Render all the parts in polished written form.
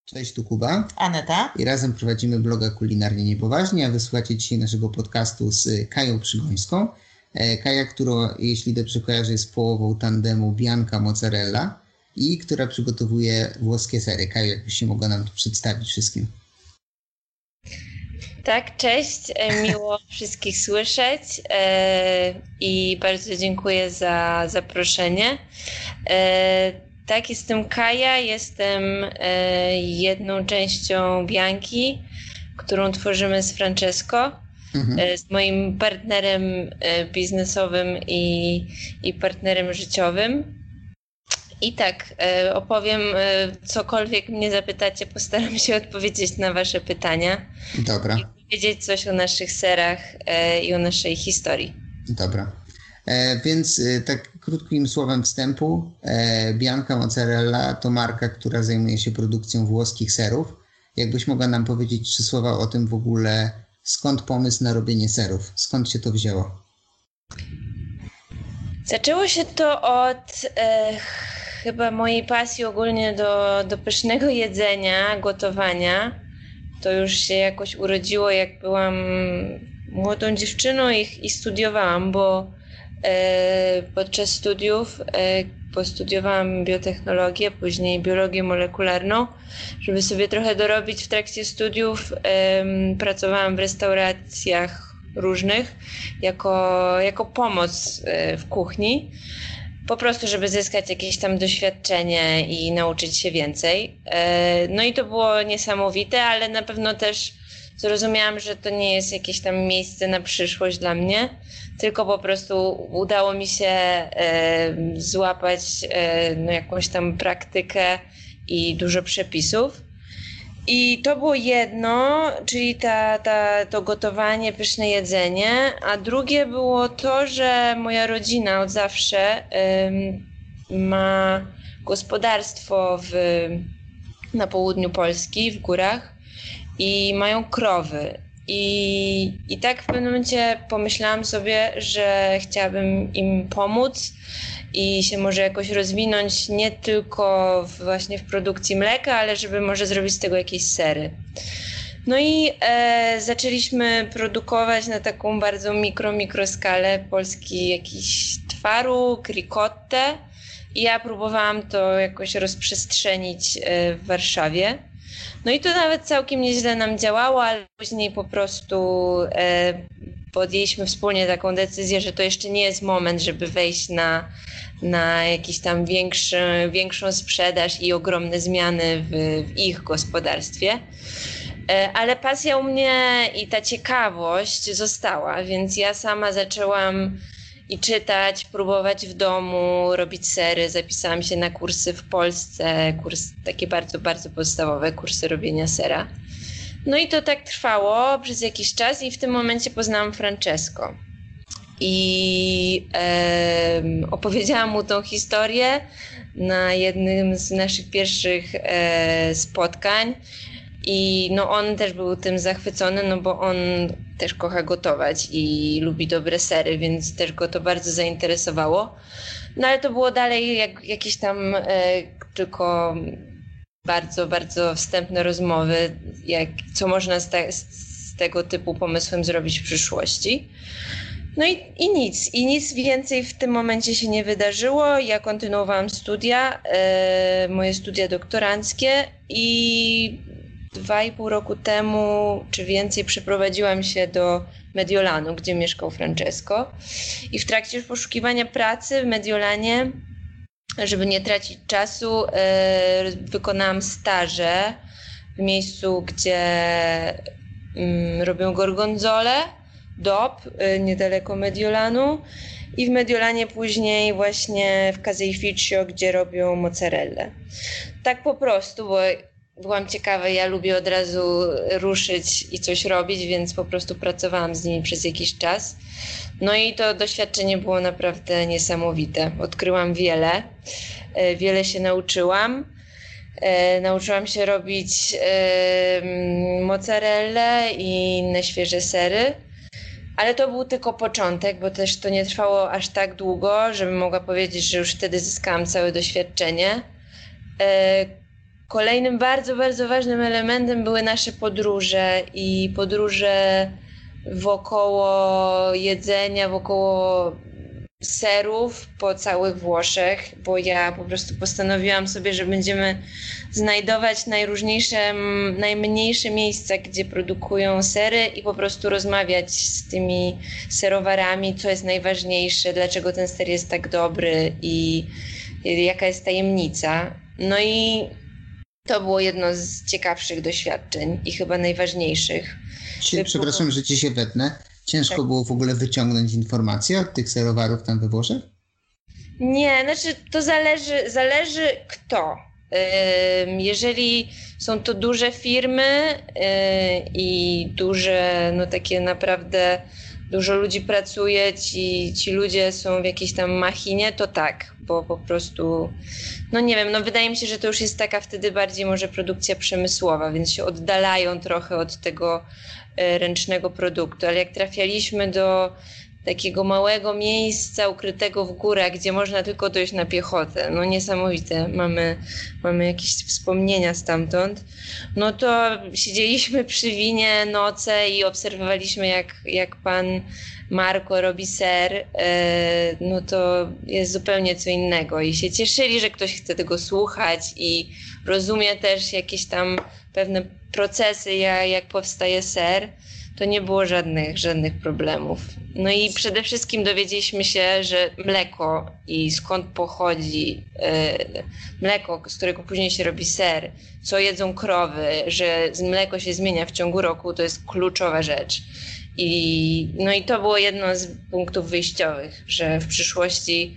Cześć, tu Kuba. Aneta. I razem prowadzimy bloga Kulinarnie Niepoważnie, a wysłuchacie dzisiaj naszego podcastu z Kają Przygońską. Kaja, która, jeśli dobrze kojarzę, jest połową tandemu Bianca Mozzarella i która przygotowuje włoskie sery. Kaju, jakbyś się mogła nam to przedstawić wszystkim. Tak, cześć, miło wszystkich słyszeć i bardzo dziękuję za zaproszenie. Tak, jestem Kaja, jestem jedną częścią Bianki, którą tworzymy z Francesco, z moim partnerem biznesowym i partnerem życiowym. I tak, opowiem, cokolwiek mnie zapytacie, postaram się odpowiedzieć na wasze pytania. Dobra. I powiedzieć coś o naszych serach i o naszej historii. Dobra. Więc tak krótkim słowem wstępu, Bianca Mozzarella to marka, która zajmuje się produkcją włoskich serów. Jakbyś mogła nam powiedzieć 3 słowa o tym w ogóle, skąd pomysł na robienie serów? Skąd się to wzięło? Zaczęło się to od chyba mojej pasji ogólnie do pysznego jedzenia, gotowania. To już się jakoś urodziło, jak byłam młodą dziewczyną i studiowałam, bo podczas studiów postudiowałam biotechnologię, później biologię molekularną. Żeby sobie trochę dorobić w trakcie studiów, pracowałam w restauracjach różnych jako pomoc w kuchni. Po prostu, żeby zyskać jakieś tam doświadczenie i nauczyć się więcej. No i to było niesamowite, ale na pewno też zrozumiałam, że to nie jest jakieś tam miejsce na przyszłość dla mnie, tylko po prostu udało mi się złapać jakąś tam praktykę i dużo przepisów. I to było jedno, czyli to gotowanie, pyszne jedzenie, a drugie było to, że moja rodzina od zawsze ma gospodarstwo na południu Polski, w górach i mają krowy. I tak w pewnym momencie pomyślałam sobie, że chciałabym im pomóc i się może jakoś rozwinąć nie tylko właśnie w produkcji mleka, ale żeby może zrobić z tego jakieś sery. No i zaczęliśmy produkować na taką bardzo mikro skalę polski jakiś twaróg, ricottę i ja próbowałam to jakoś rozprzestrzenić w Warszawie. No i to nawet całkiem nieźle nam działało, ale później po prostu podjęliśmy wspólnie taką decyzję, że to jeszcze nie jest moment, żeby wejść na jakiś tam większą sprzedaż i ogromne zmiany w ich gospodarstwie. Ale pasja u mnie i ta ciekawość została, więc ja sama zaczęłam i czytać, próbować w domu, robić sery. Zapisałam się na kursy w Polsce, takie bardzo, bardzo podstawowe kursy robienia sera. No i to tak trwało przez jakiś czas i w tym momencie poznałam Francesco. I opowiedziałam mu tą historię na jednym z naszych pierwszych spotkań. I no on też był tym zachwycony, no bo on też kocha gotować i lubi dobre sery, więc też go to bardzo zainteresowało. No ale to było dalej jakieś tam tylko bardzo, bardzo wstępne rozmowy, co można z tego typu pomysłem zrobić w przyszłości. No i nic więcej w tym momencie się nie wydarzyło. Ja kontynuowałam studia, moje studia doktoranckie i 2,5 roku temu, czy więcej, przeprowadziłam się do Mediolanu, gdzie mieszkał Francesco. I w trakcie poszukiwania pracy w Mediolanie, żeby nie tracić czasu, wykonałam staże w miejscu, gdzie robią gorgonzole, DOP, niedaleko Mediolanu. I w Mediolanie później właśnie w Caseificio, gdzie robią mozzarellę. Tak po prostu, bo byłam ciekawa, ja lubię od razu ruszyć i coś robić, więc po prostu pracowałam z nimi przez jakiś czas. No i to doświadczenie było naprawdę niesamowite. Odkryłam wiele się nauczyłam. Nauczyłam się robić mozzarellę i inne świeże sery. Ale to był tylko początek, bo też to nie trwało aż tak długo, żebym mogła powiedzieć, że już wtedy zyskałam całe doświadczenie. Kolejnym bardzo, bardzo ważnym elementem były nasze podróże i podróże wokoło jedzenia, wokoło serów po całych Włoszech, bo ja po prostu postanowiłam sobie, że będziemy znajdować najróżniejsze, najmniejsze miejsca, gdzie produkują sery i po prostu rozmawiać z tymi serowarami, co jest najważniejsze, dlaczego ten ser jest tak dobry i jaka jest tajemnica. No i to było jedno z ciekawszych doświadczeń i chyba najważniejszych. Przepraszam, że ci się wetnę. Ciężko było w ogóle wyciągnąć informacje od tych serowarów tam we Włoszech? Nie, znaczy to zależy kto. Jeżeli są to duże firmy i duże, no takie naprawdę dużo ludzi pracuje, ci ludzie są w jakiejś tam machinie, to tak, bo po prostu, no nie wiem, no wydaje mi się, że to już jest taka wtedy bardziej może produkcja przemysłowa, więc się oddalają trochę od tego ręcznego produktu, ale jak trafialiśmy do takiego małego miejsca ukrytego w górach, gdzie można tylko dojść na piechotę, no niesamowite, mamy jakieś wspomnienia stamtąd, no to siedzieliśmy przy winie noce i obserwowaliśmy jak pan Marco robi ser, no to jest zupełnie co innego i się cieszyli, że ktoś chce tego słuchać i rozumie też jakieś tam pewne procesy, jak powstaje ser. To nie było żadnych problemów. No i przede wszystkim dowiedzieliśmy się, że mleko i skąd pochodzi mleko, z którego później się robi ser, co jedzą krowy, że mleko się zmienia w ciągu roku, to jest kluczowa rzecz. No i to było jedno z punktów wyjściowych, że w przyszłości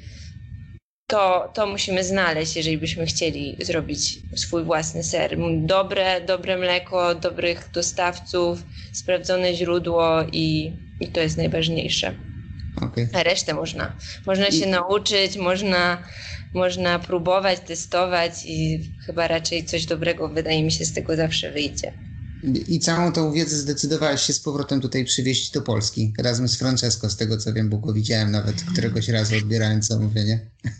to musimy znaleźć, jeżeli byśmy chcieli zrobić swój własny ser. Dobre mleko, dobrych dostawców, sprawdzone źródło i to jest najważniejsze. Okay. A resztę można się nauczyć, można próbować, testować i chyba raczej coś dobrego, wydaje mi się, z tego zawsze wyjdzie. I całą tą wiedzę zdecydowałaś się z powrotem tutaj przywieźć do Polski, razem z Francesco, z tego co wiem, bo go widziałem nawet któregoś razu odbierając zamówienie.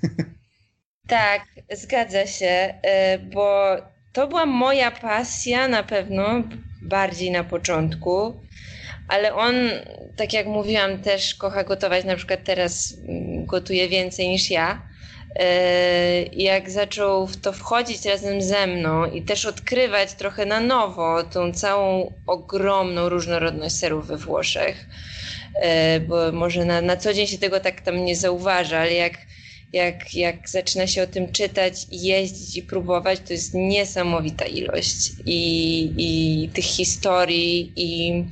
Tak, zgadza się, bo to była moja pasja na pewno, bardziej na początku, ale on, tak jak mówiłam, też kocha gotować, na przykład teraz gotuje więcej niż ja. Jak zaczął w to wchodzić razem ze mną i też odkrywać trochę na nowo tą całą ogromną różnorodność serów we Włoszech, bo może na co dzień się tego tak tam nie zauważa, ale jak zaczyna się o tym czytać i jeździć i próbować, to jest niesamowita ilość i tych historii i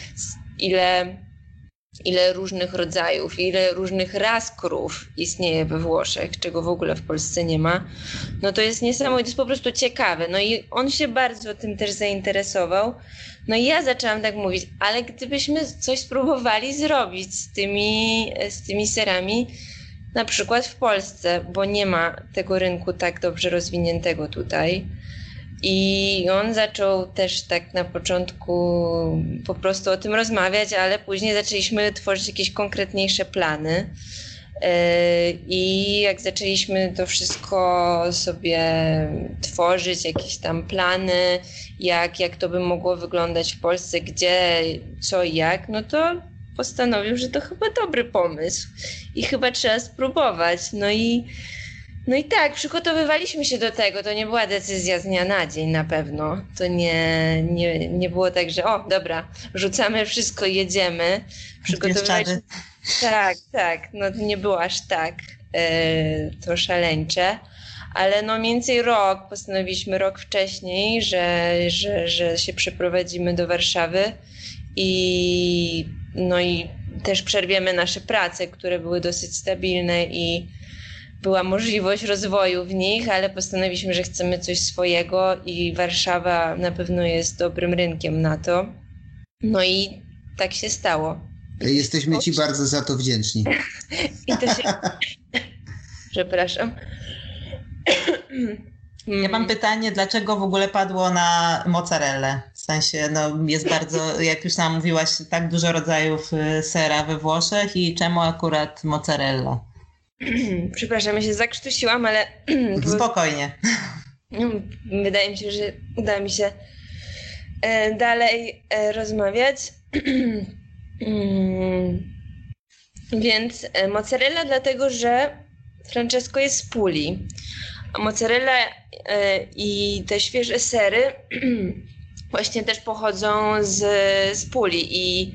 ile różnych rodzajów, ile różnych ras krów istnieje we Włoszech, czego w ogóle w Polsce nie ma, no to jest niesamowite, to jest po prostu ciekawe. No i on się bardzo tym też zainteresował. No i ja zaczęłam tak mówić, ale gdybyśmy coś spróbowali zrobić z tymi serami, na przykład w Polsce, bo nie ma tego rynku tak dobrze rozwiniętego tutaj. I on zaczął też tak na początku po prostu o tym rozmawiać, ale później zaczęliśmy tworzyć jakieś konkretniejsze plany. I jak zaczęliśmy to wszystko sobie tworzyć, jakieś tam plany, jak to by mogło wyglądać w Polsce, gdzie, co i jak, no to postanowił, że to chyba dobry pomysł i chyba trzeba spróbować. No i przygotowywaliśmy się do tego. To nie była decyzja z dnia na dzień na pewno. To nie było tak, że o, dobra, rzucamy wszystko, jedziemy. Przygotowywaliśmy. Tak. No nie było aż tak to szaleńcze. Ale no mniej więcej postanowiliśmy rok wcześniej, że się przeprowadzimy do Warszawy i też przerwiemy nasze prace, które były dosyć stabilne i była możliwość rozwoju w nich, ale postanowiliśmy, że chcemy coś swojego i Warszawa na pewno jest dobrym rynkiem na to. No i tak się stało. Jesteśmy ci bardzo za to wdzięczni. I to się... Przepraszam. Ja mam pytanie, dlaczego w ogóle padło na mozzarellę? W sensie, no jest bardzo, jak już nam mówiłaś, tak dużo rodzajów sera we Włoszech i czemu akurat mozzarella? Przepraszam, ja się zakrztusiłam, ale... Spokojnie. No, wydaje mi się, że uda mi się dalej rozmawiać. Więc mozzarella dlatego, że Francesco jest z Puli. A mozzarella i te świeże sery właśnie też pochodzą z Puli i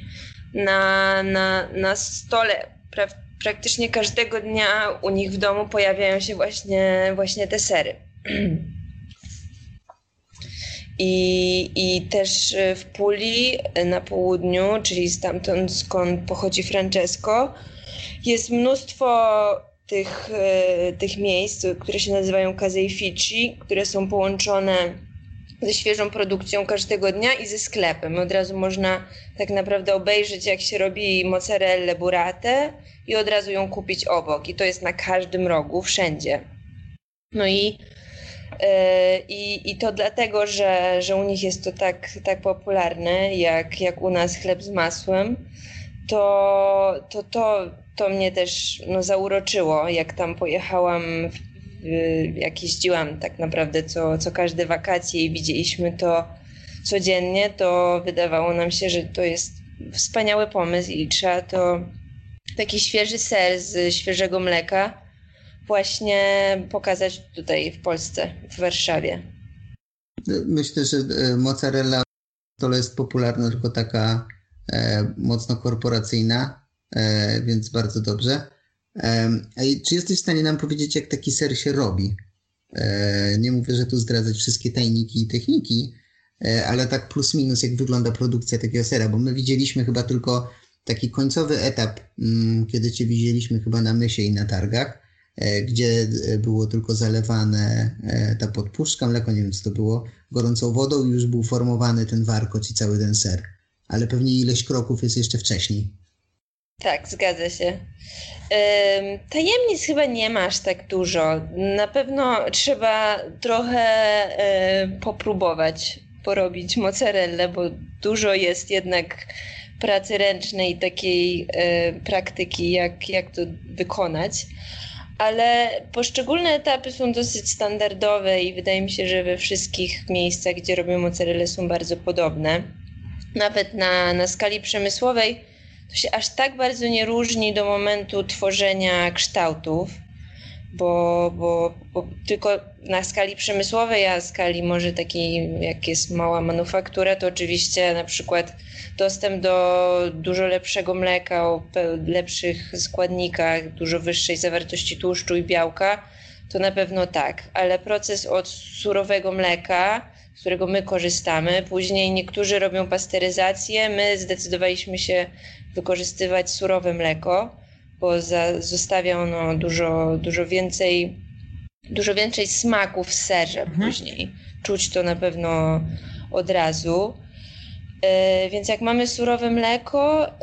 na stole praktycznie każdego dnia u nich w domu pojawiają się właśnie te sery. I też w Puli na południu, czyli stamtąd skąd pochodzi Francesco, jest mnóstwo tych miejsc, które się nazywają caseifici, które są połączone ze świeżą produkcją każdego dnia i ze sklepem. Od razu można tak naprawdę obejrzeć, jak się robi mozzarellę burrate i od razu ją kupić obok. I to jest na każdym rogu, wszędzie. No i to dlatego, że u nich jest to tak popularne, jak u nas chleb z masłem, to mnie też zauroczyło, jak tam pojechałam, jak jeździłam tak naprawdę co każde wakacje i widzieliśmy to codziennie, to wydawało nam się, że to jest wspaniały pomysł i trzeba to taki świeży ser z świeżego mleka właśnie pokazać tutaj w Polsce, w Warszawie. Myślę, że mozzarella to jest popularna, tylko taka mocno korporacyjna, więc bardzo dobrze. A czy jesteś w stanie nam powiedzieć, jak taki ser się robi? Nie mówię, że tu zdradzać wszystkie tajniki i techniki, ale tak plus minus, jak wygląda produkcja takiego sera, bo my widzieliśmy chyba tylko taki końcowy etap, kiedy cię widzieliśmy chyba na mysie i na targach, gdzie było tylko zalewane ta podpuszczka, mleko, nie wiem co to było, gorącą wodą i już był formowany ten warkocz i cały ten ser. Ale pewnie ileś kroków jest jeszcze wcześniej. Tak, zgadza się. Tajemnic chyba nie ma aż tak dużo. Na pewno trzeba trochę popróbować porobić mozzarellę, bo dużo jest jednak pracy ręcznej, takiej praktyki, jak to wykonać. Ale poszczególne etapy są dosyć standardowe i wydaje mi się, że we wszystkich miejscach, gdzie robią mozzarellę, są bardzo podobne. Nawet na skali przemysłowej to się aż tak bardzo nie różni do momentu tworzenia kształtów, bo tylko na skali przemysłowej, a skali może takiej, jak jest mała manufaktura, to oczywiście na przykład dostęp do dużo lepszego mleka o lepszych składnikach, dużo wyższej zawartości tłuszczu i białka, to na pewno tak, ale proces od surowego mleka, z którego my korzystamy, później niektórzy robią pasteryzację, my zdecydowaliśmy się wykorzystywać surowe mleko, bo zostawia ono dużo więcej smaku w serze później. Czuć to na pewno od razu. Więc jak mamy surowe mleko,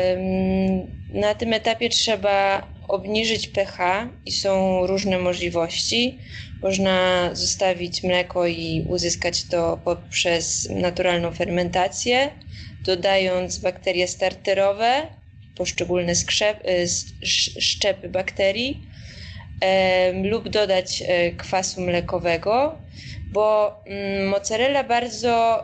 na tym etapie trzeba obniżyć pH i są różne możliwości. Można zostawić mleko i uzyskać to poprzez naturalną fermentację, dodając bakterie starterowe, poszczególne szczepy bakterii lub dodać kwasu mlekowego, bo mozzarella bardzo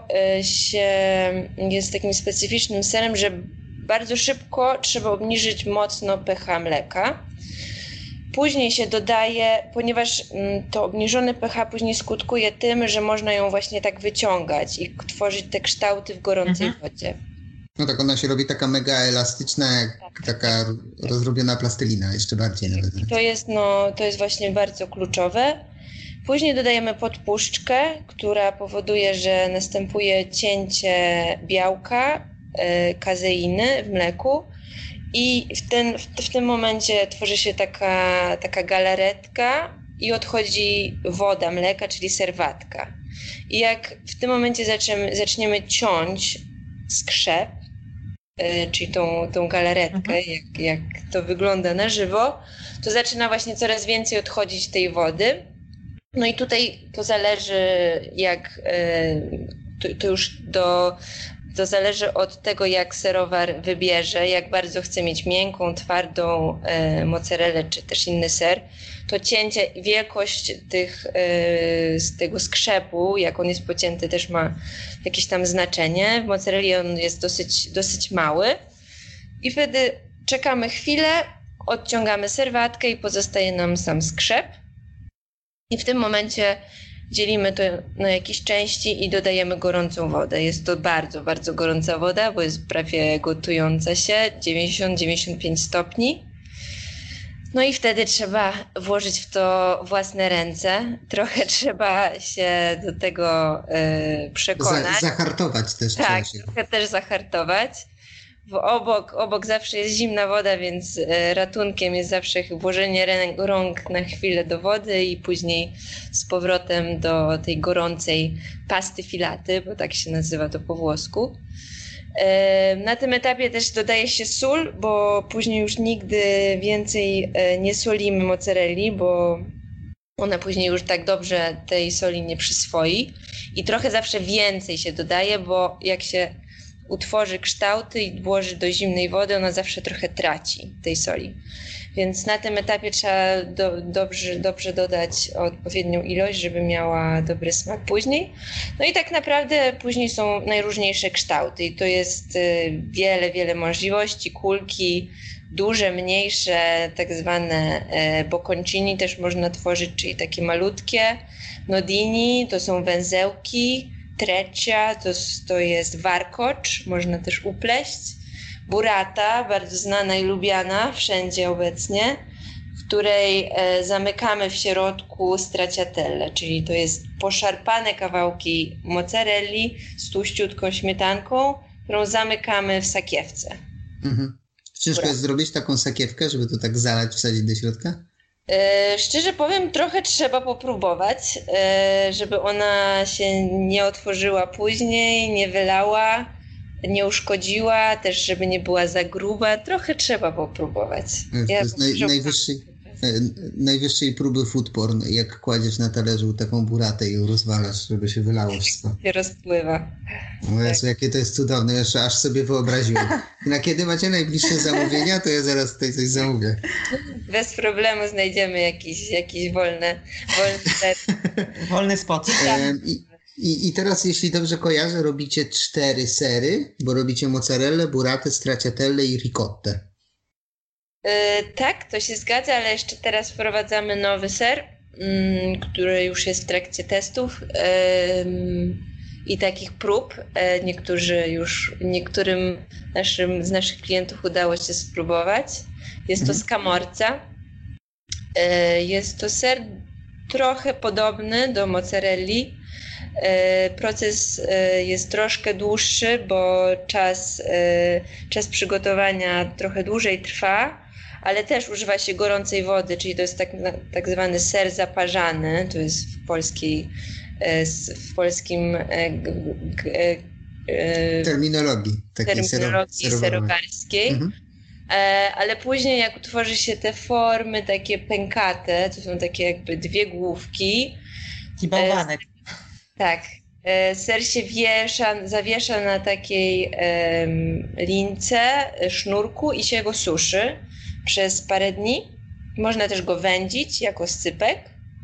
jest takim specyficznym serem, że bardzo szybko trzeba obniżyć mocno pH mleka. Później się dodaje, ponieważ to obniżone pH później skutkuje tym, że można ją właśnie tak wyciągać i tworzyć te kształty w gorącej wodzie. No tak, ona się robi taka mega elastyczna, jak taka rozrobiona plastelina, jeszcze bardziej nawet. To jest właśnie bardzo kluczowe. Później dodajemy podpuszczkę, która powoduje, że następuje cięcie białka, kazeiny w mleku i w tym momencie tworzy się taka galaretka i odchodzi woda mleka, czyli serwatka. I jak w tym momencie zaczniemy ciąć skrzep, czyli tą galaretkę, jak to wygląda na żywo, to zaczyna właśnie coraz więcej odchodzić tej wody. No i tutaj to zależy to już do To zależy od tego, jak serowar wybierze, jak bardzo chce mieć miękką, twardą mozzarellę czy też inny ser. To cięcie i wielkość z tego skrzepu, jak on jest pocięty, też ma jakieś tam znaczenie. W mozzarelli on jest dosyć mały i wtedy czekamy chwilę, odciągamy serwatkę i pozostaje nam sam skrzep. I w tym momencie dzielimy to na jakieś części i dodajemy gorącą wodę. Jest to bardzo, bardzo gorąca woda, bo jest prawie gotująca się, 90-95 stopni. No i wtedy trzeba włożyć w to własne ręce. Trochę trzeba się do tego przekonać. Zahartować też tak, trzeba się. Trochę też zahartować. Obok zawsze jest zimna woda, więc ratunkiem jest zawsze włożenie rąk na chwilę do wody i później z powrotem do tej gorącej pasty filaty, bo tak się nazywa to po włosku. Na tym etapie też dodaje się sól, bo później już nigdy więcej nie solimy mozzarelli, bo ona później już tak dobrze tej soli nie przyswoi. I trochę zawsze więcej się dodaje, bo jak się utworzy kształty i włoży do zimnej wody, ona zawsze trochę traci tej soli. Więc na tym etapie trzeba dobrze dodać odpowiednią ilość, żeby miała dobry smak później. No i tak naprawdę później są najróżniejsze kształty i to jest wiele możliwości, kulki, duże, mniejsze, tak zwane bocconcini też można tworzyć, czyli takie malutkie, nodini, to są węzełki, treccia, to jest warkocz, można też upleść, burrata, bardzo znana i lubiana wszędzie obecnie, w której zamykamy w środku stracciatelle, czyli to jest poszarpane kawałki mozzarelli z tłuściutką śmietanką, którą zamykamy w sakiewce. Mhm. Ciężko jest zrobić taką sakiewkę, żeby to tak zalać, wsadzić do środka? Szczerze powiem, trochę trzeba popróbować, żeby ona się nie otworzyła później, nie wylała, nie uszkodziła, też żeby nie była za gruba. Trochę trzeba popróbować. To jest najwyższej próby food porn, jak kładziesz na talerzu taką buratę i ją rozwalasz, żeby się wylało wszystko. Się rozpływa. O Jezu, jakie to jest cudowne, jeszcze aż sobie wyobraziłem. Na kiedy macie najbliższe zamówienia, to ja zaraz tutaj coś zamówię. Bez problemu znajdziemy jakiś wolny ser. Wolny spot. I teraz, jeśli dobrze kojarzę, robicie 4 sery, bo robicie mozzarellę, burratę, stracciatelle i ricottę. Tak, to się zgadza, ale jeszcze teraz wprowadzamy nowy ser, który już jest w trakcie testów i takich prób. Niektórym z naszych klientów udało się spróbować. Jest to scamorza. Jest to ser trochę podobny do mozzarelli. Proces jest troszkę dłuższy, bo czas przygotowania trochę dłużej trwa, ale też używa się gorącej wody, czyli to jest tak zwany ser zaparzany, to jest w polskim terminologii serowarskiej. Ale później jak utworzy się te formy takie pękate, to są takie jakby dwie główki. I bałwanek. Tak. Ser się zawiesza na takiej lince, sznurku i się go suszy przez parę dni. Można też go wędzić jako scypek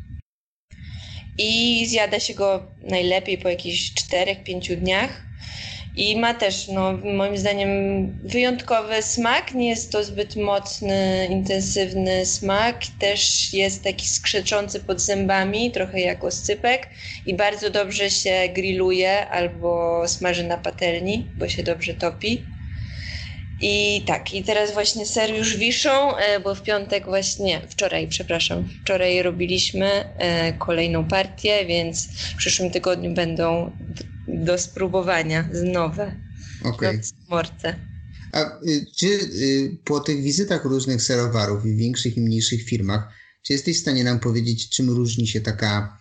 i zjada się go najlepiej po jakichś 4-5 dniach. I ma też, moim zdaniem, wyjątkowy smak. Nie jest to zbyt mocny, intensywny smak. Też jest taki skrzeczący pod zębami, trochę jak oscypek. I bardzo dobrze się grilluje albo smaży na patelni, bo się dobrze topi. I tak, i teraz właśnie ser już wiszą, bo wczoraj robiliśmy kolejną partię, więc w przyszłym tygodniu będą do spróbowania nowe smorce. A czy po tych wizytach różnych serowarów i większych i mniejszych firmach, czy jesteś w stanie nam powiedzieć, czym różni się taka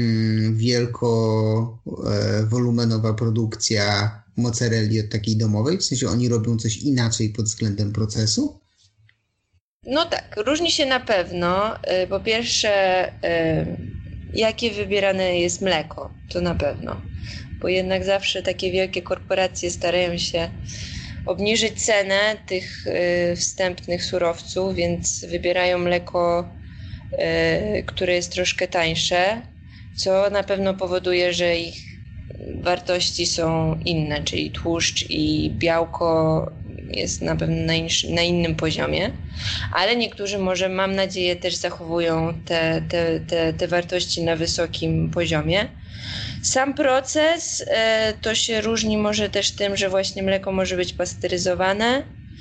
wielkowolumenowa produkcja mozzarelli od takiej domowej? W sensie oni robią coś inaczej pod względem procesu? No tak, różni się na pewno. Po pierwsze, jakie wybierane jest mleko, to na pewno. bo jednak zawsze takie wielkie korporacje starają się obniżyć cenę tych wstępnych surowców, więc wybierają mleko, które jest troszkę tańsze, co na pewno powoduje, że ich wartości są inne, czyli tłuszcz i białko jest na pewno na innym poziomie, ale niektórzy może, mam nadzieję, też zachowują te wartości na wysokim poziomie. Sam proces to się różni może też tym, że właśnie mleko może być pasteryzowane.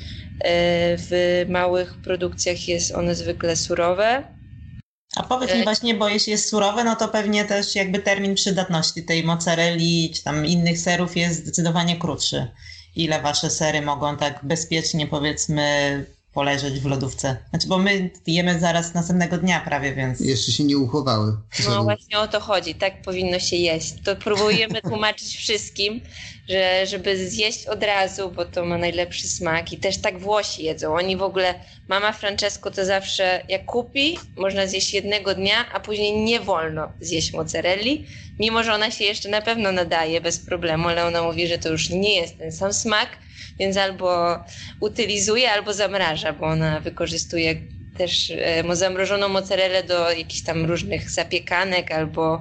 W małych produkcjach jest ono zwykle surowe. A powiedz mi właśnie, bo jeśli jest surowe, no to pewnie też jakby termin przydatności tej mozzarelli czy tam innych serów jest zdecydowanie krótszy. Ile wasze sery mogą tak bezpiecznie, powiedzmy, poleżeć w lodówce? Znaczy, bo my jemy zaraz następnego dnia prawie, więc... Jeszcze się nie uchowały. No właśnie o to chodzi, tak powinno się jeść. To próbujemy tłumaczyć wszystkim, że żeby zjeść od razu, bo to ma najlepszy smak i też tak Włosi jedzą. Oni w ogóle, mama Francesco to zawsze jak kupi, można zjeść jednego dnia, a później nie wolno zjeść mozzarelli, mimo że ona się jeszcze na pewno nadaje bez problemu, ale ona mówi, że to już nie jest ten sam smak, więc albo utylizuje, albo zamraża, bo ona wykorzystuje też zamrożoną mozzarellę do jakichś tam różnych zapiekanek albo...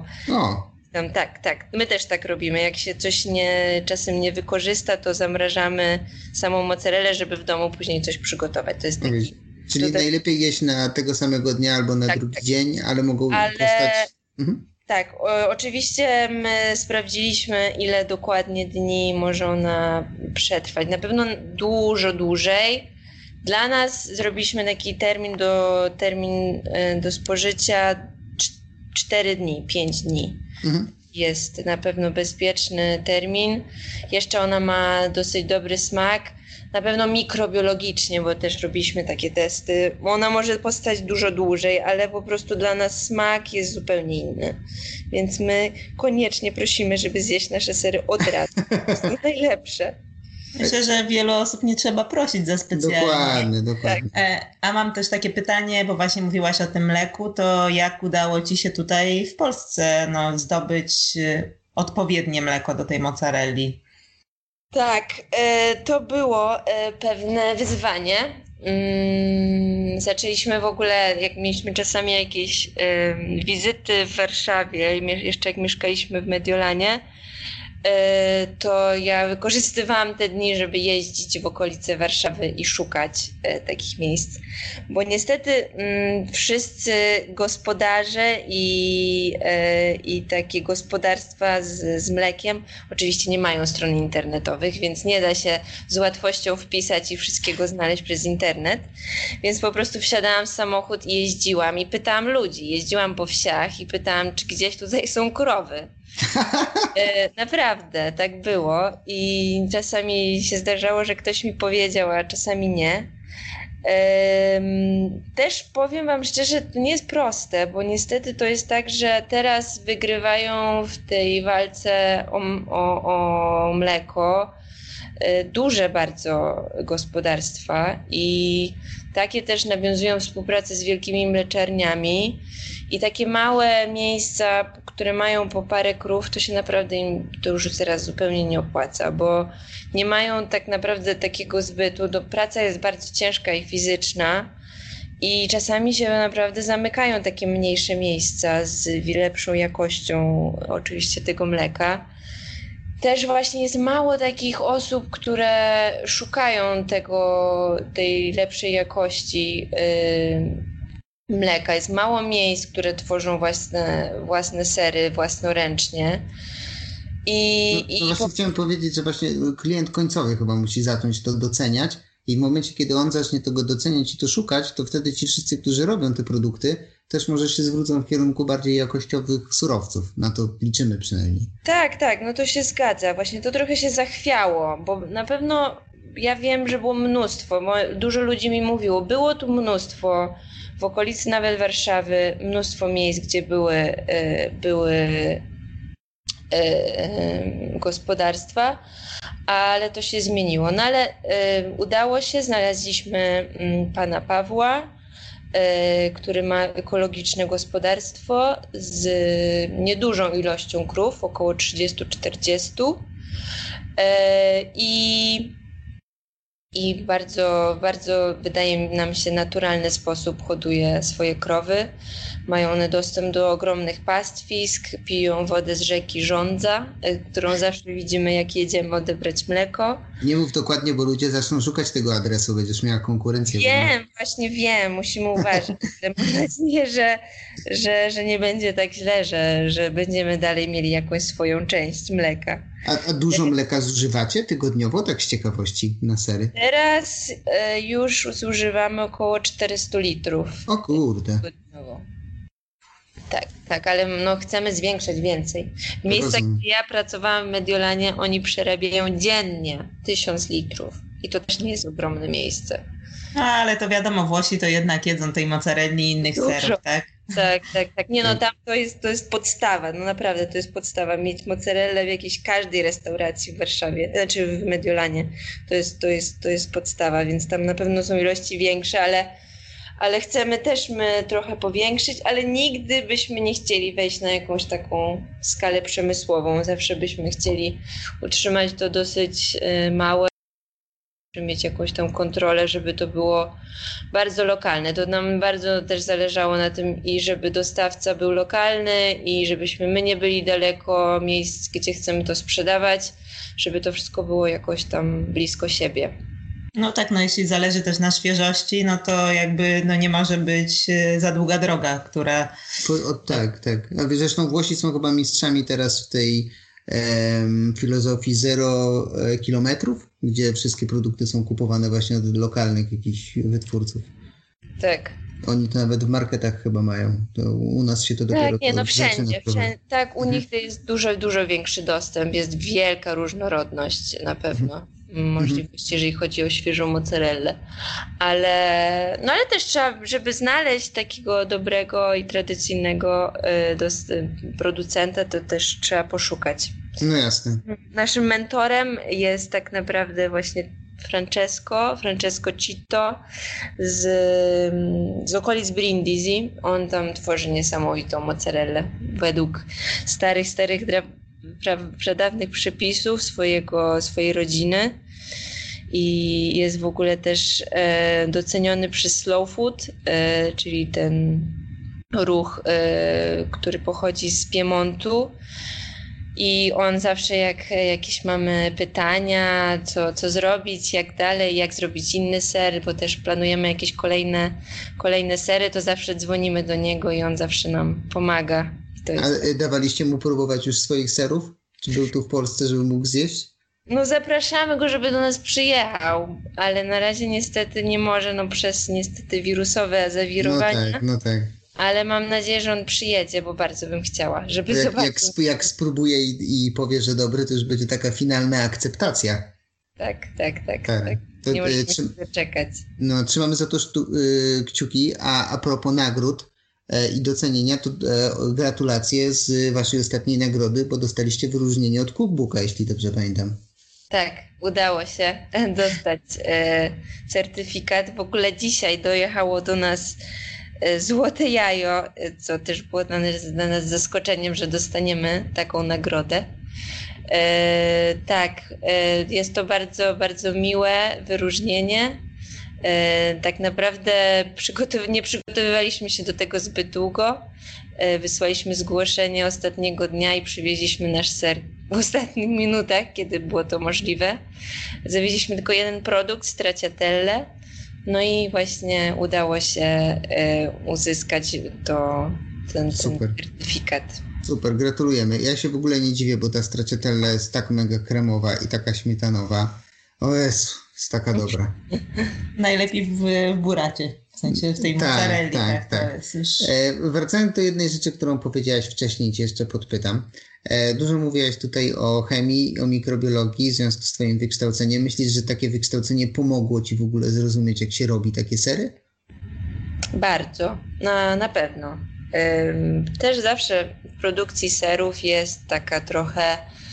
Tak. My też tak robimy. Jak się coś czasem nie wykorzysta, to zamrażamy samą mozzarellę, żeby w domu później coś przygotować. To jest taki... Czyli najlepiej jeść na tego samego dnia albo na drugi dzień, ale mogą powstać... Tak, oczywiście my sprawdziliśmy, ile dokładnie dni może ona przetrwać. Na pewno dużo dłużej. Dla nas zrobiliśmy taki termin do spożycia 4 dni, 5 dni. Jest na pewno bezpieczny termin. Jeszcze ona ma dosyć dobry smak. Na pewno mikrobiologicznie, bo też robiliśmy takie testy. Ona może powstać dużo dłużej, ale po prostu dla nas smak jest zupełnie inny. Więc my koniecznie prosimy, żeby zjeść nasze sery od razu. To jest najlepsze. Myślę, że wielu osób nie trzeba prosić za specjalnie. Dokładnie. A mam też takie pytanie, bo właśnie mówiłaś o tym mleku, to jak udało ci się tutaj w Polsce zdobyć odpowiednie mleko do tej mozzarelli? Tak, to było pewne wyzwanie. Zaczęliśmy w ogóle, jak mieliśmy czasami jakieś wizyty w Warszawie, jeszcze jak mieszkaliśmy w Mediolanie, to ja wykorzystywałam te dni, żeby jeździć w okolice Warszawy i szukać takich miejsc. Bo niestety wszyscy gospodarze i takie gospodarstwa z mlekiem oczywiście nie mają stron internetowych, więc nie da się z łatwością wpisać i wszystkiego znaleźć przez internet. Więc po prostu wsiadałam w samochód i jeździłam i pytałam ludzi. Jeździłam po wsiach i pytałam, czy gdzieś tutaj są krowy. Naprawdę, tak było i czasami się zdarzało, że ktoś mi powiedział, a czasami nie. Też powiem wam szczerze, to nie jest proste, bo niestety to jest tak, że teraz wygrywają w tej walce o mleko duże bardzo gospodarstwa i takie też nawiązują współpracę z wielkimi mleczarniami i takie małe miejsca, które mają po parę krów, to się naprawdę im to już teraz zupełnie nie opłaca, bo nie mają tak naprawdę takiego zbytu. Praca jest bardzo ciężka i fizyczna i czasami się naprawdę zamykają takie mniejsze miejsca z lepszą jakością oczywiście tego mleka. Też właśnie jest mało takich osób, które szukają tej lepszej jakości mleka. Jest mało miejsc, które tworzą własne sery własnoręcznie. Właśnie chciałem powiedzieć, że właśnie klient końcowy chyba musi zacząć to doceniać i w momencie, kiedy on zacznie tego doceniać i to szukać, to wtedy ci wszyscy, którzy robią te produkty, też może się zwrócą w kierunku bardziej jakościowych surowców. Na to liczymy przynajmniej. Tak, no to się zgadza. Właśnie to trochę się zachwiało, bo na pewno ja wiem, że było mnóstwo, bo dużo ludzi mi mówiło, było tu mnóstwo w okolicy nawet Warszawy, mnóstwo miejsc, gdzie były gospodarstwa, ale to się zmieniło. No ale udało się, znaleźliśmy pana Pawła, który ma ekologiczne gospodarstwo z niedużą ilością krów, około 30-40. I bardzo, bardzo, wydaje nam się, naturalny sposób hoduje swoje krowy. Mają one dostęp do ogromnych pastwisk, piją wodę z rzeki Żądza, którą zawsze widzimy, jak jedziemy odebrać mleko. Nie mów dokładnie, bo ludzie zaczną szukać tego adresu, będziesz miała konkurencję. Właśnie wiem, musimy uważać. Mam nadzieję, że nie będzie tak źle, że będziemy dalej mieli jakąś swoją część mleka. A dużo mleka zużywacie tygodniowo, tak z ciekawości, na sery? Teraz już zużywamy około 400 litrów. O kurde. Tygodniowo. Tak, ale chcemy zwiększać więcej. W miejscach, gdzie ja pracowałam w Mediolanie, oni przerabiają dziennie 1000 litrów. I to też nie jest ogromne miejsce. No, ale to wiadomo, Włosi to jednak jedzą tej mozzarelli i innych serów, tak? Tak. Nie tam to jest podstawa, naprawdę to jest podstawa. Mieć mozzarellę w jakiejś każdej restauracji w Warszawie, znaczy w Mediolanie, to jest podstawa, więc tam na pewno są ilości większe, ale chcemy też my trochę powiększyć, ale nigdy byśmy nie chcieli wejść na jakąś taką skalę przemysłową. Zawsze byśmy chcieli utrzymać to dosyć małe, mieć jakąś tam kontrolę, żeby to było bardzo lokalne. To nam bardzo też zależało na tym i żeby dostawca był lokalny i żebyśmy my nie byli daleko miejsc, gdzie chcemy to sprzedawać, żeby to wszystko było jakoś tam blisko siebie. No tak, jeśli zależy też na świeżości, no to jakby nie może być za długa droga, która... Tak. A zresztą Włosi są chyba mistrzami teraz w tej filozofii 0 kilometrów, gdzie wszystkie produkty są kupowane właśnie od lokalnych jakichś wytwórców. Tak. Oni to nawet w marketach chyba mają. To u nas się to dopiero... Wszędzie. Tak, u nich to jest dużo większy dostęp. Jest wielka różnorodność na pewno. Możliwości, jeżeli chodzi o świeżą mozzarellę. Ale też trzeba, żeby znaleźć takiego dobrego i tradycyjnego producenta, to też trzeba poszukać. No jasne. Naszym mentorem jest tak naprawdę właśnie Francesco Citto z okolic Brindisi. On tam tworzy niesamowitą mozzarellę według starych pradawnych przepisów swojej rodziny i jest w ogóle też doceniony przez Slow Food, czyli ten ruch, który pochodzi z Piemontu. I on zawsze jak jakieś mamy pytania, co zrobić, jak dalej, jak zrobić inny ser, bo też planujemy jakieś kolejne sery, to zawsze dzwonimy do niego i on zawsze nam pomaga. A dawaliście mu próbować już swoich serów? Czy był tu w Polsce, żeby mógł zjeść? Zapraszamy go, żeby do nas przyjechał, ale na razie niestety nie może, przez niestety wirusowe zawirowania. No tak. Ale mam nadzieję, że on przyjedzie, bo bardzo bym chciała, żeby zobaczyć. Jak spróbuje i powie, że dobry, to już będzie taka finalna akceptacja. Tak. Nie możemy się czekać. Trzymamy za to kciuki, a propos nagród i docenienia, to gratulacje z waszej ostatniej nagrody, bo dostaliście wyróżnienie od Cookbooka, jeśli dobrze pamiętam. Tak, udało się dostać certyfikat. W ogóle dzisiaj dojechało do nas złote jajo, co też było dla nas zaskoczeniem, że dostaniemy taką nagrodę. Jest to bardzo, bardzo miłe wyróżnienie. Tak naprawdę nie przygotowywaliśmy się do tego zbyt długo. Wysłaliśmy zgłoszenie ostatniego dnia i przywieźliśmy nasz ser w ostatnich minutach, kiedy było to możliwe. Zawieźliśmy tylko jeden produkt, stracciatelle. No i właśnie udało się uzyskać ten certyfikat. Super, gratulujemy. Ja się w ogóle nie dziwię, bo ta stracciatella jest tak mega kremowa i taka śmietanowa. O Jezu, jest taka dobra. Najlepiej w buracie, w sensie w tej mozzarelli. Tak. Już... Wracając do jednej rzeczy, którą powiedziałaś wcześniej, cię jeszcze podpytam. Dużo mówiłaś tutaj o chemii, o mikrobiologii w związku z twoim wykształceniem. Myślisz, że takie wykształcenie pomogło ci w ogóle zrozumieć, jak się robi takie sery? Bardzo, na pewno. Też zawsze w produkcji serów jest taka trochę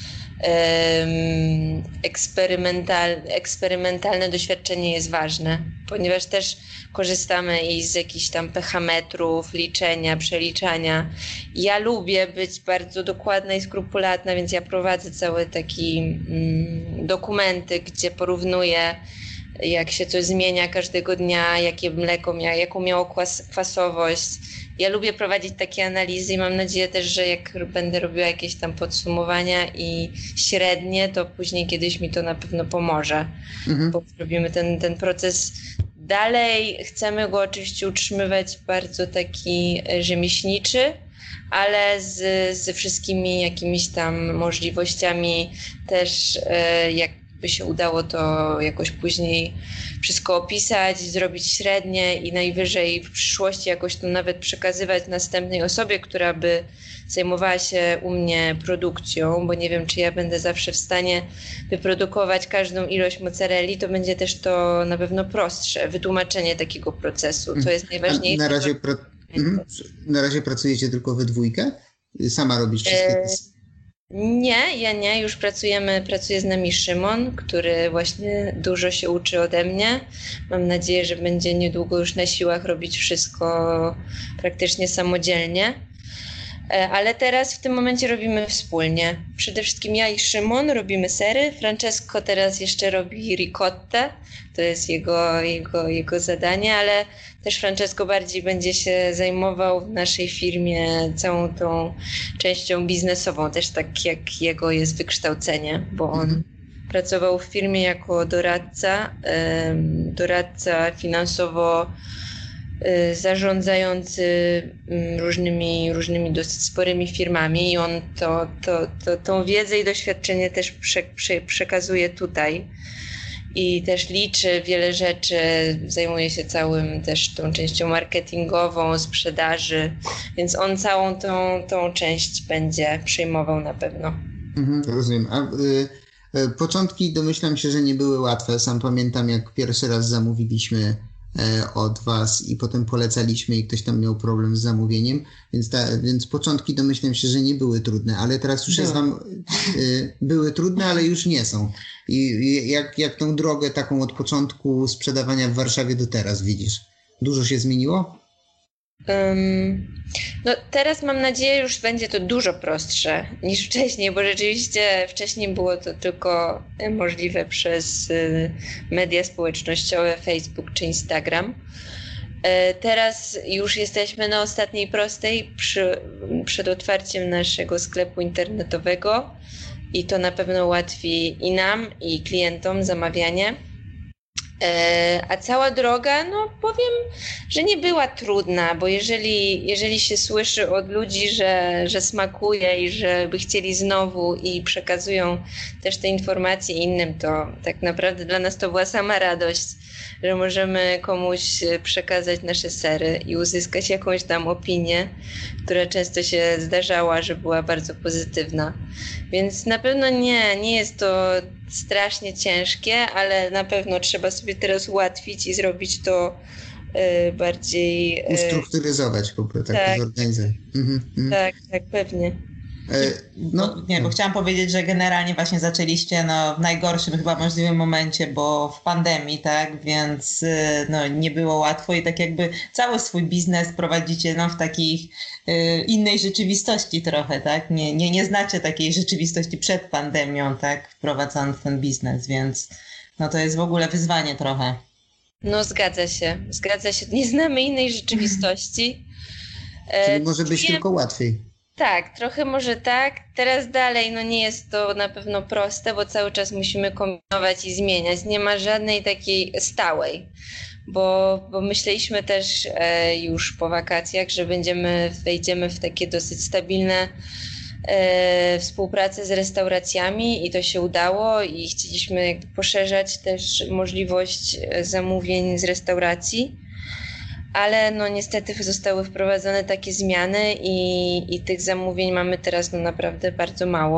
eksperymentalne doświadczenie jest ważne, ponieważ też korzystamy i z jakichś tam pH-metrów, liczenia, przeliczania. Ja lubię być bardzo dokładna i skrupulatna, więc ja prowadzę całe takie dokumenty, gdzie porównuję, jak się coś zmienia każdego dnia, jakie mleko jaką miało kwasowość. Ja lubię prowadzić takie analizy i mam nadzieję też, że jak będę robiła jakieś tam podsumowania i średnie, to później kiedyś mi to na pewno pomoże, bo robimy ten proces dalej. Chcemy go oczywiście utrzymywać bardzo taki rzemieślniczy, ale ze wszystkimi jakimiś tam możliwościami też, jakby się udało to jakoś później wszystko opisać, zrobić średnie i najwyżej w przyszłości jakoś to nawet przekazywać następnej osobie, która by zajmowała się u mnie produkcją, bo nie wiem, czy ja będę zawsze w stanie wyprodukować każdą ilość mozzarelli, to będzie też to na pewno prostsze, wytłumaczenie takiego procesu, to jest najważniejsze. Na razie pracujecie tylko we dwójkę? Sama robisz wszystkie te... Nie, ja nie. Już pracuje z nami Szymon, który właśnie dużo się uczy ode mnie. Mam nadzieję, że będzie niedługo już na siłach robić wszystko praktycznie samodzielnie. Ale teraz w tym momencie robimy wspólnie. Przede wszystkim ja i Szymon robimy sery. Francesco teraz jeszcze robi ricottę. To jest jego zadanie, ale też Francesco bardziej będzie się zajmował w naszej firmie całą tą częścią biznesową, też tak jak jego jest wykształcenie, bo on pracował w firmie jako doradca finansowo zarządzający różnymi dosyć sporymi firmami i on tą wiedzę i doświadczenie też przekazuje tutaj. I też liczy wiele rzeczy, zajmuje się całym też tą częścią marketingową, sprzedaży, więc on całą tą część będzie przejmował na pewno. Rozumiem. A początki domyślam się, że nie były łatwe. Sam pamiętam, jak pierwszy raz zamówiliśmy od was i potem polecaliśmy i ktoś tam miał problem z zamówieniem, więc początki domyślam się, że nie były trudne, ale teraz już jest wam były trudne, ale już nie są. I jak tą drogę taką od początku sprzedawania w Warszawie do teraz widzisz? Dużo się zmieniło? No teraz mam nadzieję, już będzie to dużo prostsze niż wcześniej, bo rzeczywiście wcześniej było to tylko możliwe przez media społecznościowe, Facebook czy Instagram. Teraz już jesteśmy na ostatniej prostej przed otwarciem naszego sklepu internetowego i to na pewno ułatwi i nam, i klientom zamawianie. A cała droga, no powiem, że nie była trudna, bo jeżeli się słyszy od ludzi, że smakuje i że by chcieli znowu i przekazują też te informacje innym, to tak naprawdę dla nas to była sama radość, że możemy komuś przekazać nasze sery i uzyskać jakąś tam opinię, która często się zdarzała, że była bardzo pozytywna. Więc na pewno nie jest to strasznie ciężkie, ale na pewno trzeba sobie teraz ułatwić i zrobić to bardziej... Ustrukturyzować po prostu, tak zorganizować. Tak, pewnie. Bo chciałam powiedzieć, że generalnie właśnie zaczęliście w najgorszym chyba możliwym momencie, bo w pandemii, tak, więc nie było łatwo i tak jakby cały swój biznes prowadzicie w takiej innej rzeczywistości trochę, tak, nie znacie takiej rzeczywistości przed pandemią, tak, wprowadzając ten biznes, więc to jest w ogóle wyzwanie trochę. No zgadza się, nie znamy innej rzeczywistości. Czyli może być tylko łatwiej. Tak, trochę może tak. Teraz dalej nie jest to na pewno proste, bo cały czas musimy kombinować i zmieniać. Nie ma żadnej takiej stałej, bo myśleliśmy też już po wakacjach, że wejdziemy w takie dosyć stabilne współpracę z restauracjami i to się udało i chcieliśmy poszerzać też możliwość zamówień z restauracji. Ale niestety zostały wprowadzone takie zmiany i tych zamówień mamy teraz naprawdę bardzo mało,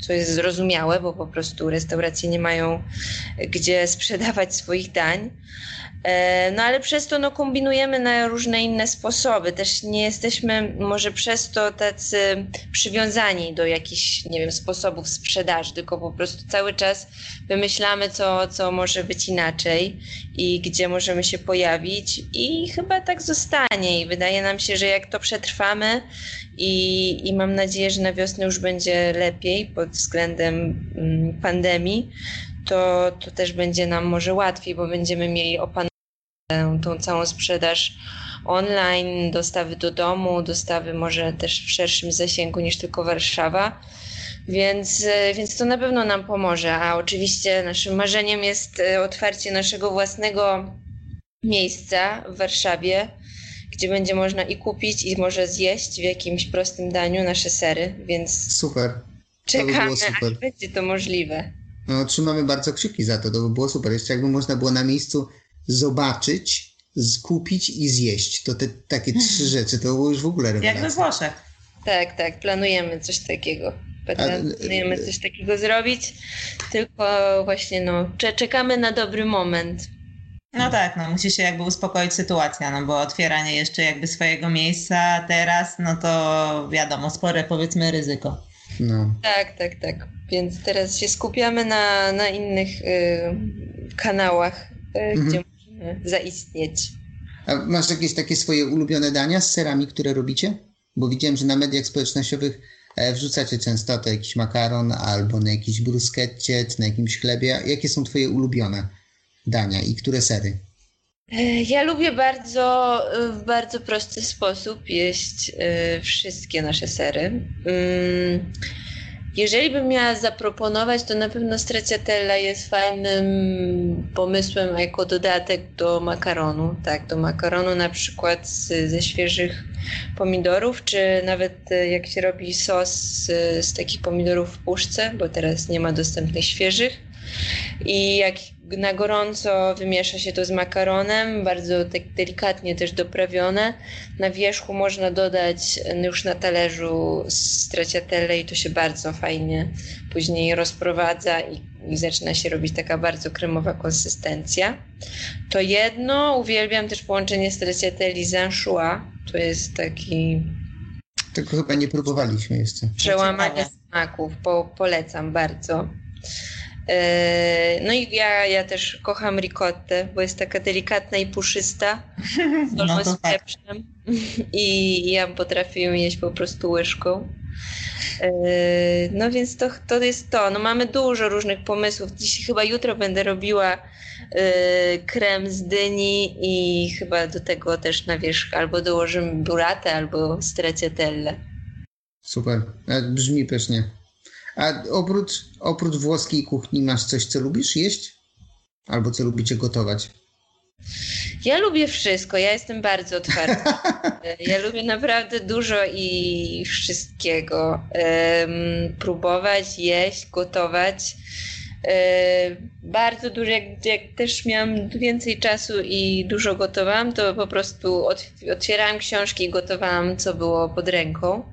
co jest zrozumiałe, bo po prostu restauracje nie mają gdzie sprzedawać swoich dań. No ale przez to kombinujemy na różne inne sposoby. Też nie jesteśmy może przez to tacy przywiązani do jakichś, nie wiem, sposobów sprzedaży, tylko po prostu cały czas wymyślamy, co może być inaczej i gdzie możemy się pojawić i chyba tak zostanie i wydaje nam się, że jak to przetrwamy i mam nadzieję, że na wiosnę już będzie lepiej pod względem pandemii, to też będzie nam może łatwiej, bo będziemy mieli opanować tą całą sprzedaż online, dostawy do domu, dostawy może też w szerszym zasięgu niż tylko Warszawa, więc to na pewno nam pomoże, a oczywiście naszym marzeniem jest otwarcie naszego własnego miejsca w Warszawie, gdzie będzie można i kupić, i może zjeść w jakimś prostym daniu nasze sery, więc super. Czekamy, aż będzie to możliwe. No, trzymamy bardzo kciuki za to, to by było super. Jeszcze jakby można było na miejscu zobaczyć, kupić i zjeść. To te takie 3 rzeczy, to było już w ogóle rewelacja. Jak we Włoszech. Tak, planujemy coś takiego. Planujemy coś takiego zrobić, tylko właśnie czekamy na dobry moment. No tak, musi się jakby uspokoić sytuacja, bo otwieranie jeszcze jakby swojego miejsca teraz, to wiadomo, spore powiedzmy ryzyko. No. Tak. Więc teraz się skupiamy na innych kanałach, gdzie możemy zaistnieć. A masz jakieś takie swoje ulubione dania z serami, które robicie? Bo widziałem, że na mediach społecznościowych wrzucacie często to jakiś makaron albo na jakiś bruschetcie, czy na jakimś chlebie. Jakie są twoje ulubione dania i które sery? Ja lubię w bardzo prosty sposób jeść wszystkie nasze sery. Jeżeli bym miała zaproponować, to na pewno stracciatella jest fajnym pomysłem jako dodatek do makaronu. Tak, do makaronu na przykład ze świeżych pomidorów, czy nawet jak się robi sos z takich pomidorów w puszce, bo teraz nie ma dostępnych świeżych. I jak na gorąco wymiesza się to z makaronem, bardzo tak delikatnie też doprawione. Na wierzchu można dodać już na talerzu stracciatelle i to się bardzo fajnie później rozprowadza i zaczyna się robić taka bardzo kremowa konsystencja. To jedno, uwielbiam też połączenie stracciatelli z anchois. To jest taki... Tego chyba nie próbowaliśmy jeszcze. Przełamanie smaków, polecam bardzo. No i ja też kocham ricottę, bo jest taka delikatna i puszysta, z pieprzem i ja potrafię ją jeść po prostu łyżką. No więc to jest to. Mamy dużo różnych pomysłów. Jutro będę robiła krem z dyni i chyba do tego też na wierzch albo dołożymy burratę, albo stracciatelle. Super, brzmi pysznie. A oprócz włoskiej kuchni masz coś, co lubisz jeść? Albo co lubicie gotować? Ja lubię wszystko, ja jestem bardzo otwarta. Ja lubię naprawdę dużo i wszystkiego. Próbować, jeść, gotować. Bardzo dużo, jak też miałam więcej czasu i dużo gotowałam, to po prostu otwierałam książki i gotowałam, co było pod ręką.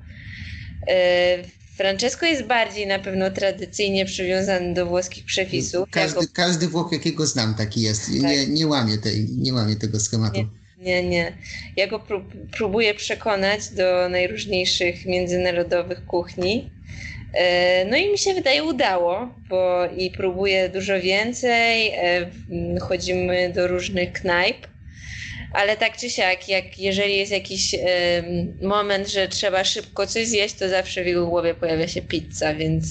Francesco jest bardziej na pewno tradycyjnie przywiązany do włoskich przepisów. Każdy Włoch, jakiego znam, taki jest. Tak. Nie łamie tego schematu. Nie. Ja go próbuję przekonać do najróżniejszych międzynarodowych kuchni. No i mi się wydaje udało, bo i próbuję dużo więcej. Chodzimy do różnych knajp. Ale tak czy siak, jeżeli jest jakiś moment, że trzeba szybko coś zjeść, to zawsze w jego głowie pojawia się pizza, więc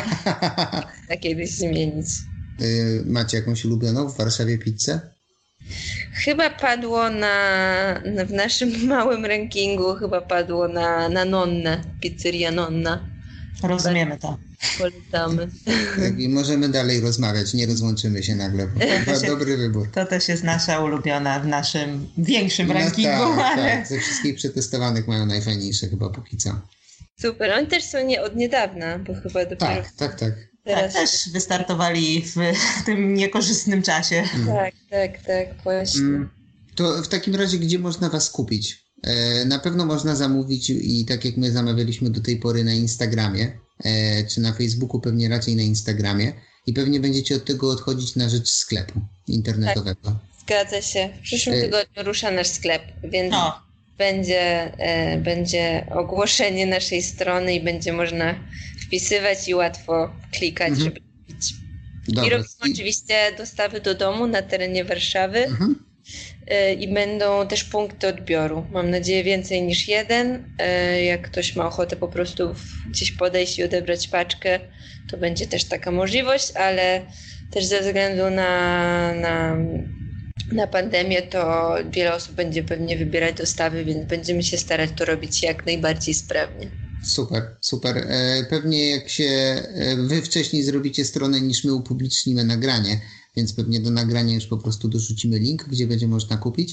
tak kiedyś zmienić. Macie jakąś ulubioną w Warszawie pizzę? Chyba padło w naszym małym rankingu, na Nonnę, pizzeria Nonna. Rozumiemy to. Polecamy. Tak, i możemy dalej rozmawiać, nie rozłączymy się nagle. Dobry wybór. To też jest nasza ulubiona w naszym większym rankingu. Tak, ze wszystkich przetestowanych mają najfajniejsze chyba póki co. Super, oni też są od niedawna, bo chyba dopiero... Tak. Teraz... też wystartowali w tym niekorzystnym czasie. Tak, właśnie. To w takim razie gdzie można was kupić? Na pewno można zamówić i tak jak my zamawialiśmy do tej pory na Instagramie, czy na Facebooku, pewnie raczej na Instagramie i pewnie będziecie od tego odchodzić na rzecz sklepu internetowego. Tak, zgadza się. W przyszłym tygodniu rusza nasz sklep, więc będzie ogłoszenie naszej strony i będzie można wpisywać i łatwo klikać, żeby kupić. I robimy oczywiście dostawy do domu na terenie Warszawy i będą też punkty odbioru. Mam nadzieję więcej niż jeden. Jak ktoś ma ochotę po prostu gdzieś podejść i odebrać paczkę, to będzie też taka możliwość, ale też ze względu na pandemię to wiele osób będzie pewnie wybierać dostawy, więc będziemy się starać to robić jak najbardziej sprawnie. Super. Pewnie jak wy wcześniej zrobicie stronę niż my upublicznimy nagranie, więc pewnie do nagrania już po prostu dorzucimy link, gdzie będzie można kupić.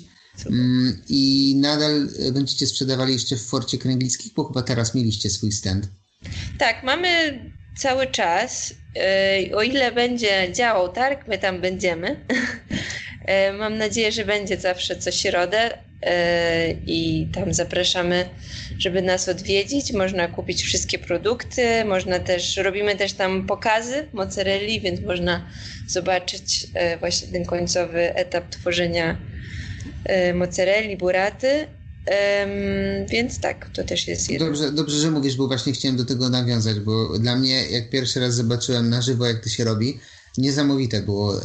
I nadal będziecie sprzedawali jeszcze w Forcie Kręglickich, bo chyba teraz mieliście swój stand. Tak, mamy cały czas. O ile będzie działał targ, my tam będziemy. Mam nadzieję, że będzie zawsze co środę i tam zapraszamy, żeby nas odwiedzić. Można kupić wszystkie produkty, robimy też tam pokazy mozzarelli, więc można zobaczyć właśnie ten końcowy etap tworzenia mozzarelli, buraty. Więc tak, to też jest jedno. Dobrze, że mówisz, bo właśnie chciałem do tego nawiązać, bo dla mnie jak pierwszy raz zobaczyłem na żywo, jak to się robi, niesamowite było,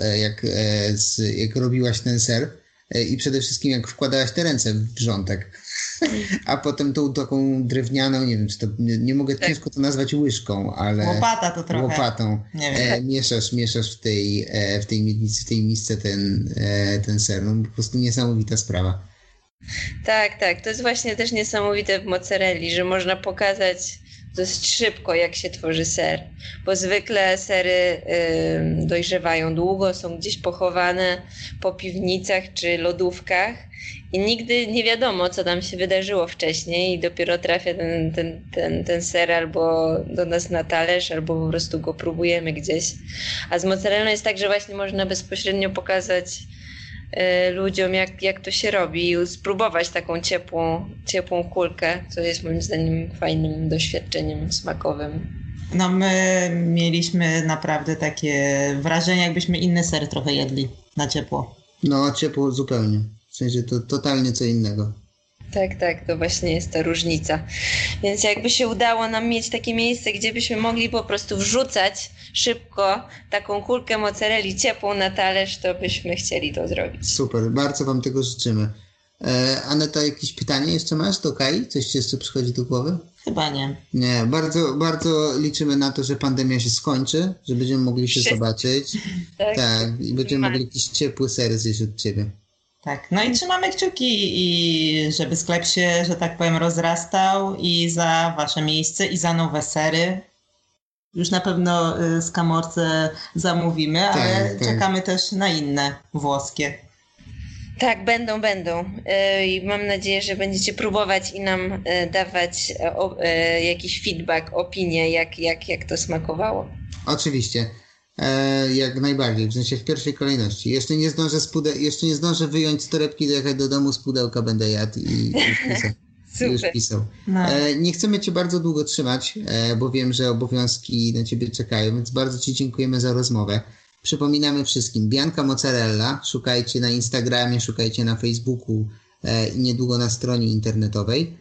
jak robiłaś ten ser i przede wszystkim jak wkładałaś te ręce w wrzątek, a potem tą taką drewnianą, nie wiem, czy to nie mogę ciężko to nazwać łyżką, ale łopata to trochę. Łopatą mieszasz w tej miednicy, w tej misce ten ser. No, po prostu niesamowita sprawa. Tak. To jest właśnie też niesamowite w mozzarelli, że można pokazać dosyć szybko, jak się tworzy ser, bo zwykle sery dojrzewają długo, są gdzieś pochowane po piwnicach czy lodówkach i nigdy nie wiadomo, co tam się wydarzyło wcześniej i dopiero trafia ten ser albo do nas na talerz, albo po prostu go próbujemy gdzieś. A z mozzarellą jest tak, że właśnie można bezpośrednio pokazać ludziom, jak to się robi i spróbować taką ciepłą kulkę, co jest moim zdaniem fajnym doświadczeniem smakowym. No my mieliśmy naprawdę takie wrażenie, jakbyśmy inny ser trochę jedli na ciepło. No ciepło zupełnie, w sensie to totalnie co innego. Tak, to właśnie jest ta różnica. Więc jakby się udało nam mieć takie miejsce, gdzie byśmy mogli po prostu wrzucać szybko taką kulkę mozzarelli ciepłą na talerz, to byśmy chcieli to zrobić. Super, bardzo wam tego życzymy. Aneta, jakieś pytanie jeszcze masz do Kai? Coś ci jeszcze przychodzi do głowy? Chyba nie. Nie, bardzo, bardzo liczymy na to, że pandemia się skończy, że będziemy mogli się zobaczyć. Tak, i będziemy mogli jakiś ciepły ser zjeść od ciebie. Tak, no i trzymamy kciuki, i żeby sklep się, że tak powiem, rozrastał i za wasze miejsce, i za nowe sery. Już na pewno z Camorce zamówimy, ale czekamy też na inne włoskie. Tak, będą. I mam nadzieję, że będziecie próbować i nam dawać jakiś feedback, opinię, jak to smakowało. Oczywiście. Jak najbardziej, w sensie w pierwszej kolejności. Jeszcze nie zdążę wyjąć z torebki, dojechać do domu, z pudełka będę jadł i już pisał. No. Nie chcemy cię bardzo długo trzymać, bo wiem, że obowiązki na ciebie czekają, więc bardzo ci dziękujemy za rozmowę. Przypominamy wszystkim, Bianca Mozzarella, szukajcie na Instagramie, szukajcie na Facebooku i niedługo na stronie internetowej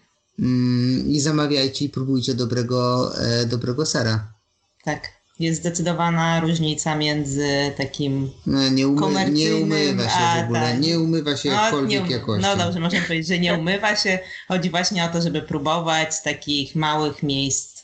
i zamawiajcie i próbujcie dobrego sera. Tak. Jest zdecydowana różnica między takim komercyjnym... Nie umywa się w ogóle, nie umywa się jakkolwiek jakością. No dobrze, możemy powiedzieć, że nie umywa się. Chodzi właśnie o to, żeby próbować z takich małych miejsc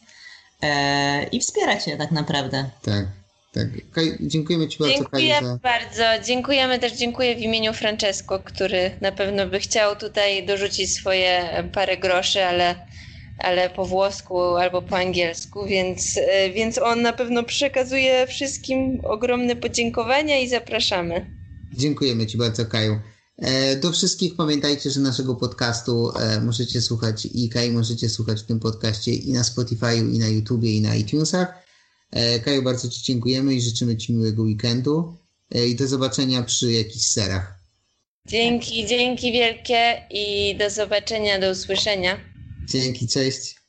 i wspierać je tak naprawdę. Tak. Dziękujemy ci bardzo. Dziękuję bardzo. Dziękuję w imieniu Francesco, który na pewno by chciał tutaj dorzucić swoje parę groszy, ale po włosku albo po angielsku, więc on na pewno przekazuje wszystkim ogromne podziękowania i zapraszamy. Dziękujemy ci bardzo, Kaju. Do wszystkich pamiętajcie, że naszego podcastu możecie słuchać i Kaju możecie słuchać w tym podcaście i na Spotify'u, i na YouTubie, i na iTunesach. Kaju, bardzo ci dziękujemy i życzymy ci miłego weekendu i do zobaczenia przy jakichś serach. Dzięki wielkie i do zobaczenia, do usłyszenia. Dzięki, cześć.